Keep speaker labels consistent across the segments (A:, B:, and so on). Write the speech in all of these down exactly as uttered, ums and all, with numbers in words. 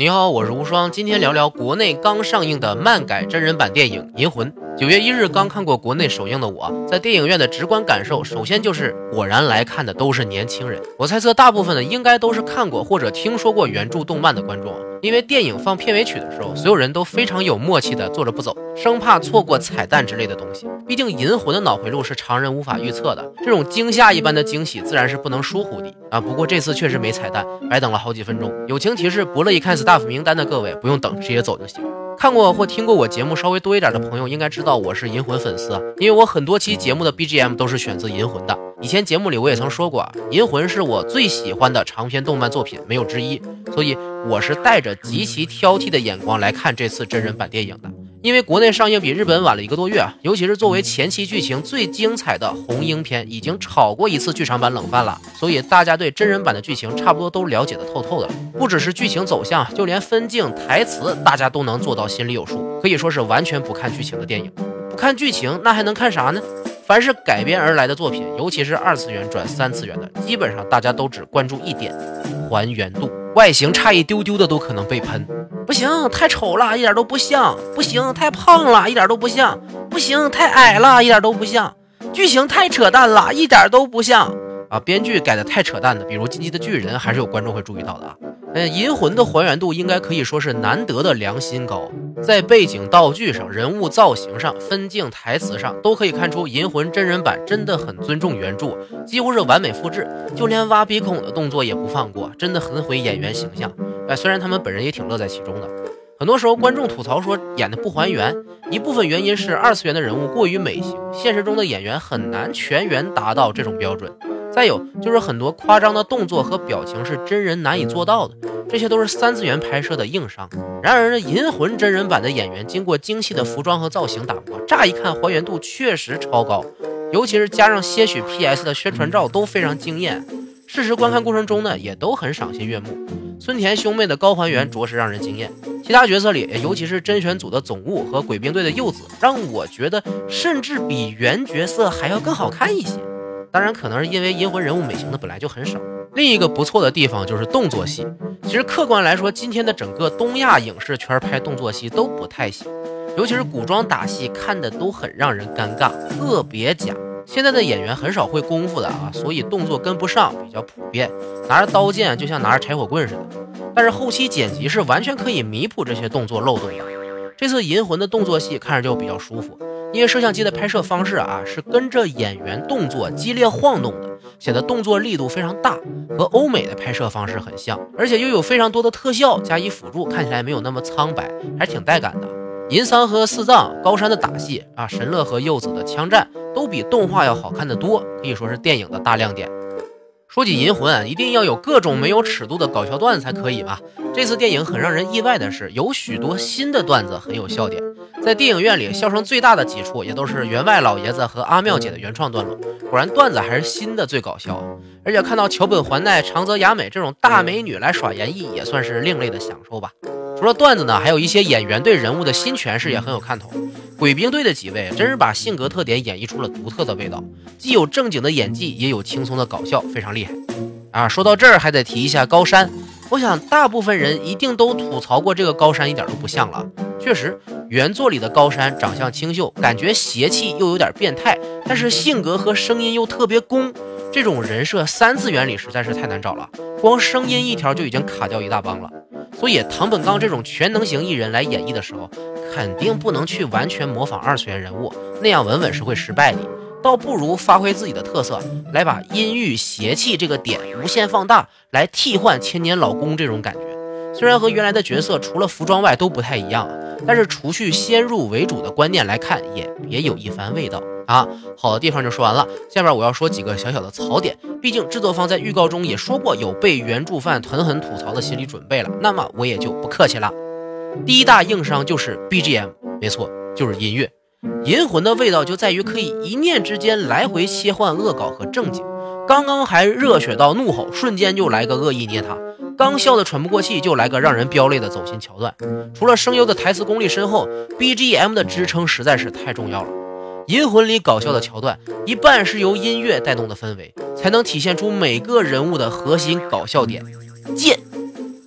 A: 你好，我是无双，今天聊聊国内刚上映的漫改真人版电影《银魂》。九月一日刚看过国内首映的我，在电影院的直观感受，首先就是果然来看的都是年轻人。我猜测大部分的应该都是看过或者听说过原著动漫的观众，因为电影放片尾曲的时候，所有人都非常有默契的坐着不走，生怕错过彩蛋之类的东西。毕竟银魂的脑回路是常人无法预测的，这种惊吓一般的惊喜自然是不能疏忽的啊。不过这次确实没彩蛋，白等了好几分钟。友情提示，不乐意看 staff 名单的各位不用等，直接走就行。看过或听过我节目稍微多一点的朋友应该知道我是银魂粉丝啊，因为我很多期节目的 B G M 都是选自银魂的。以前节目里我也曾说过啊，银魂是我最喜欢的长篇动漫作品，没有之一，所以我是带着极其挑剔的眼光来看这次真人版电影的。因为国内上映比日本晚了一个多月啊，尤其是作为前期剧情最精彩的红樱篇已经炒过一次剧场版冷饭了，所以大家对真人版的剧情差不多都了解的透透的。不只是剧情走向，就连分镜台词大家都能做到心里有数，可以说是完全不看剧情的电影。不看剧情那还能看啥呢？凡是改编而来的作品，尤其是二次元转三次元的，基本上大家都只关注一点，还原度。外形差一丢丢的都可能被喷，不行太丑了，一点都不像，不行太胖了，一点都不像，不行太矮了，一点都不像，剧情太扯淡了，一点都不像啊！编剧改的太扯淡的，比如进击的巨人，还是有观众会注意到的啊。嗯，银魂的还原度应该可以说是难得的良心高，在背景道具上、人物造型上、分镜台词上都可以看出银魂真人版真的很尊重原著，几乎是完美复制，就连挖鼻孔的动作也不放过，真的很毁演员形象。哎，虽然他们本人也挺乐在其中的。很多时候观众吐槽说演的不还原，一部分原因是二次元的人物过于美型，现实中的演员很难全员达到这种标准。再有就是很多夸张的动作和表情是真人难以做到的，这些都是三次元拍摄的硬伤。然而呢，银魂真人版的演员经过精细的服装和造型打磨，乍一看还原度确实超高，尤其是加上些许 P S 的宣传照都非常惊艳。事实观看过程中呢，也都很赏心悦目。孙田兄妹的高还原着实让人惊艳，其他角色里，尤其是甄选组的总务和鬼兵队的柚子，让我觉得甚至比原角色还要更好看一些。当然可能是因为银魂人物美型的本来就很少。另一个不错的地方就是动作戏，其实客观来说，今天的整个东亚影视圈拍动作戏都不太行，尤其是古装打戏看的都很让人尴尬，特别假。现在的演员很少会功夫的啊，所以动作跟不上，比较普遍，拿着刀剑就像拿着柴火棍似的。但是后期剪辑是完全可以弥补这些动作漏洞的。这次银魂的动作戏看着就比较舒服，因为摄像机的拍摄方式啊是跟着演员动作激烈晃动的，显得动作力度非常大，和欧美的拍摄方式很像，而且又有非常多的特效加以辅助，看起来没有那么苍白，还挺带感的。银桑和四藏、高山的打戏啊，神乐和柚子的枪战都比动画要好看得多，可以说是电影的大亮点。说起银魂，一定要有各种没有尺度的搞笑段子才可以吧。这次电影很让人意外的是，有许多新的段子很有笑点。在电影院里，笑声最大的几处也都是员外老爷子和阿妙姐的原创段落。果然段子还是新的最搞笑，而且看到桥本环奈、长泽雅美这种大美女来耍演绎，也算是另类的享受吧。除了段子呢，还有一些演员对人物的新诠释也很有看头。鬼兵队的几位真是把性格特点演绎出了独特的味道，既有正经的演技，也有轻松的搞笑，非常厉害啊！说到这儿，还得提一下高山。我想大部分人一定都吐槽过这个高山一点都不像了。确实，原作里的高山长相清秀，感觉邪气又有点变态，但是性格和声音又特别攻，这种人设三次元里实在是太难找了，光声音一条就已经卡掉一大帮了。所以唐本刚这种全能型艺人来演绎的时候，肯定不能去完全模仿二次元人物，那样稳稳是会失败的，倒不如发挥自己的特色，来把阴郁邪气这个点无限放大，来替换千年老公这种感觉。虽然和原来的角色除了服装外都不太一样，但是除去先入为主的观念来看，也别有一番味道啊。好的地方就说完了，下边我要说几个小小的槽点，毕竟制作方在预告中也说过有被原著范狠狠吐槽的心理准备了，那么我也就不客气了。第一大硬伤就是 B G M， 没错，就是音乐。银魂的味道就在于可以一念之间来回切换恶搞和正经，刚刚还热血到怒吼，瞬间就来个恶意捏他，刚笑得喘不过气就来个让人飙泪的走心桥段。除了声优的台词功力深厚， B G M 的支撑实在是太重要了。银魂里搞笑的桥段一半是由音乐带动的氛围，才能体现出每个人物的核心搞笑点。剑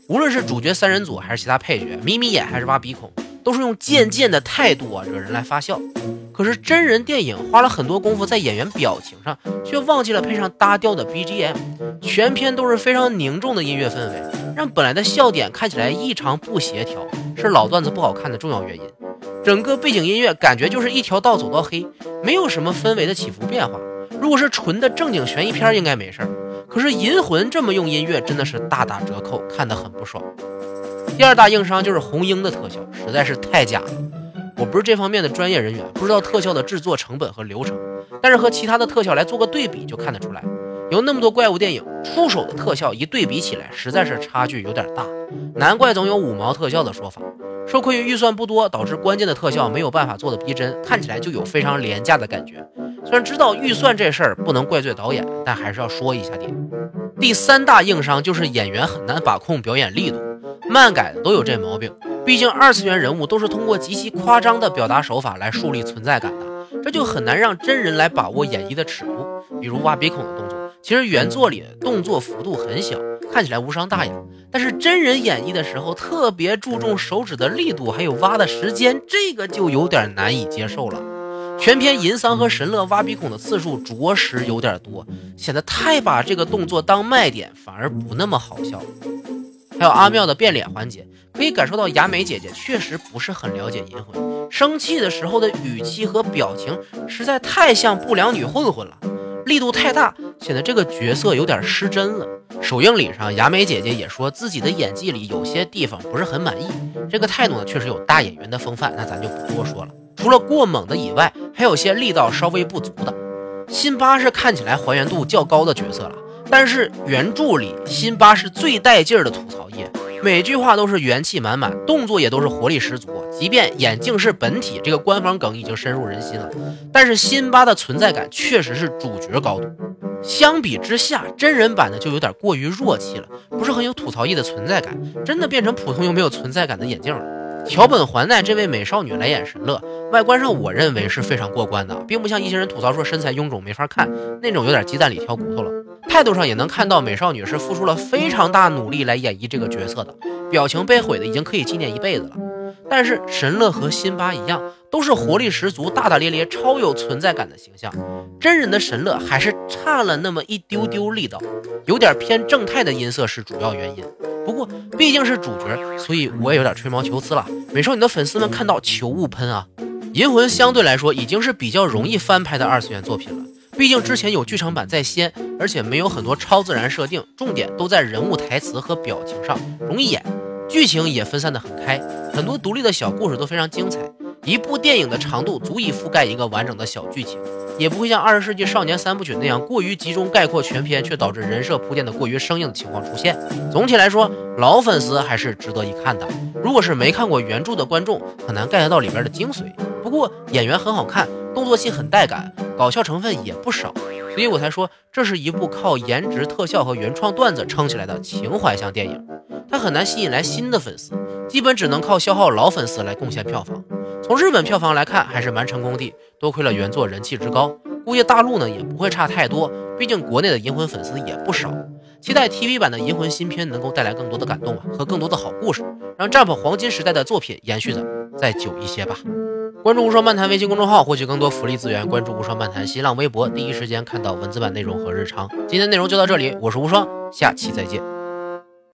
A: 无论是主角三人组还是其他配角，眯眯眼还是挖鼻孔，都是用贱贱的态度啊惹人来发笑。可是真人电影花了很多功夫在演员表情上，却忘记了配上搭调的 B G M， 全片都是非常凝重的音乐氛围，让本来的笑点看起来异常不协调，是老段子不好看的重要原因。整个背景音乐感觉就是一条道走到黑，没有什么氛围的起伏变化。如果是纯的正经悬疑片应该没事儿，可是银魂这么用音乐真的是大打折扣，看得很不爽。第二大硬伤就是红鹰的特效实在是太假了。我不是这方面的专业人员，不知道特效的制作成本和流程，但是和其他的特效来做个对比就看得出来，有那么多怪物电影，出手的特效一对比起来实在是差距有点大，难怪总有五毛特效的说法。受困于预算不多，导致关键的特效没有办法做的逼真，看起来就有非常廉价的感觉。虽然知道预算这事儿不能怪罪导演，但还是要说一下点。第三大硬伤就是演员很难把控表演力度，漫改的都有这毛病，毕竟二次元人物都是通过极其夸张的表达手法来树立存在感的，这就很难让真人来把握演绎的尺度。比如挖鼻孔的动作，其实原作里动作幅度很小，看起来无伤大雅，但是真人演绎的时候特别注重手指的力度还有挖的时间，这个就有点难以接受了。全篇银桑和神乐挖鼻孔的次数着实有点多，显得太把这个动作当卖点，反而不那么好笑。还有阿妙的变脸环节，可以感受到雅美姐姐确实不是很了解银魂，生气的时候的语气和表情实在太像不良女混混了，力度太大，显得这个角色有点失真了。首映礼上，雅美姐姐也说自己的演技里有些地方不是很满意，这个态度呢确实有大演员的风范，那咱就不多说了。除了过猛的以外，还有些力道稍微不足的。辛巴是看起来还原度较高的角色了，但是原著里辛巴是最带劲儿的吐槽业，每句话都是元气满满，动作也都是活力十足，即便眼镜是本体，这个官方梗已经深入人心了，但是辛巴的存在感确实是主角高度。相比之下，真人版的就有点过于弱气了，不是很有吐槽意的存在感，真的变成普通又没有存在感的眼镜了。桥本环奈这位美少女来演神乐，外观上我认为是非常过关的，并不像一些人吐槽说身材臃肿没法看，那种有点鸡蛋里挑骨头了。态度上也能看到美少女是付出了非常大努力来演绎这个角色的，表情被毁的已经可以纪念一辈子了。但是神乐和辛巴一样，都是活力十足、大大咧咧、超有存在感的形象，真人的神乐还是差了那么一丢丢力道，有点偏正太的音色是主要原因。不过毕竟是主角，所以我也有点吹毛求疵了，美少女的粉丝们看到求勿喷啊。银魂相对来说已经是比较容易翻拍的二次元作品了，毕竟之前有剧场版在先，而且没有很多超自然设定，重点都在人物台词和表情上，容易演，剧情也分散得很开，很多独立的小故事都非常精彩。一部电影的长度足以覆盖一个完整的小剧情，也不会像二十世纪少年三部曲那样过于集中概括全篇，却导致人设铺垫的过于生硬的情况出现。总体来说，老粉丝还是值得一看的，如果是没看过原著的观众，很难 get 到里边的精髓。不过演员很好看，动作戏很带感，搞笑成分也不少，所以我才说这是一部靠颜值、特效和原创段子撑起来的情怀向电影，它很难吸引来新的粉丝，基本只能靠消耗老粉丝来贡献票房。从日本票房来看还是蛮成功的，多亏了原作人气之高，估计大陆呢也不会差太多，毕竟国内的银魂粉丝也不少。期待 T V 版的银魂新片能够带来更多的感动啊，和更多的好故事，让Jump黄金时代的作品延续的再久一些吧。关注无双漫谈微信公众号，获取更多福利资源，关注无双漫谈新浪微博，第一时间看到文字版内容和日常。今天内容就到这里，我是无双，下期再见。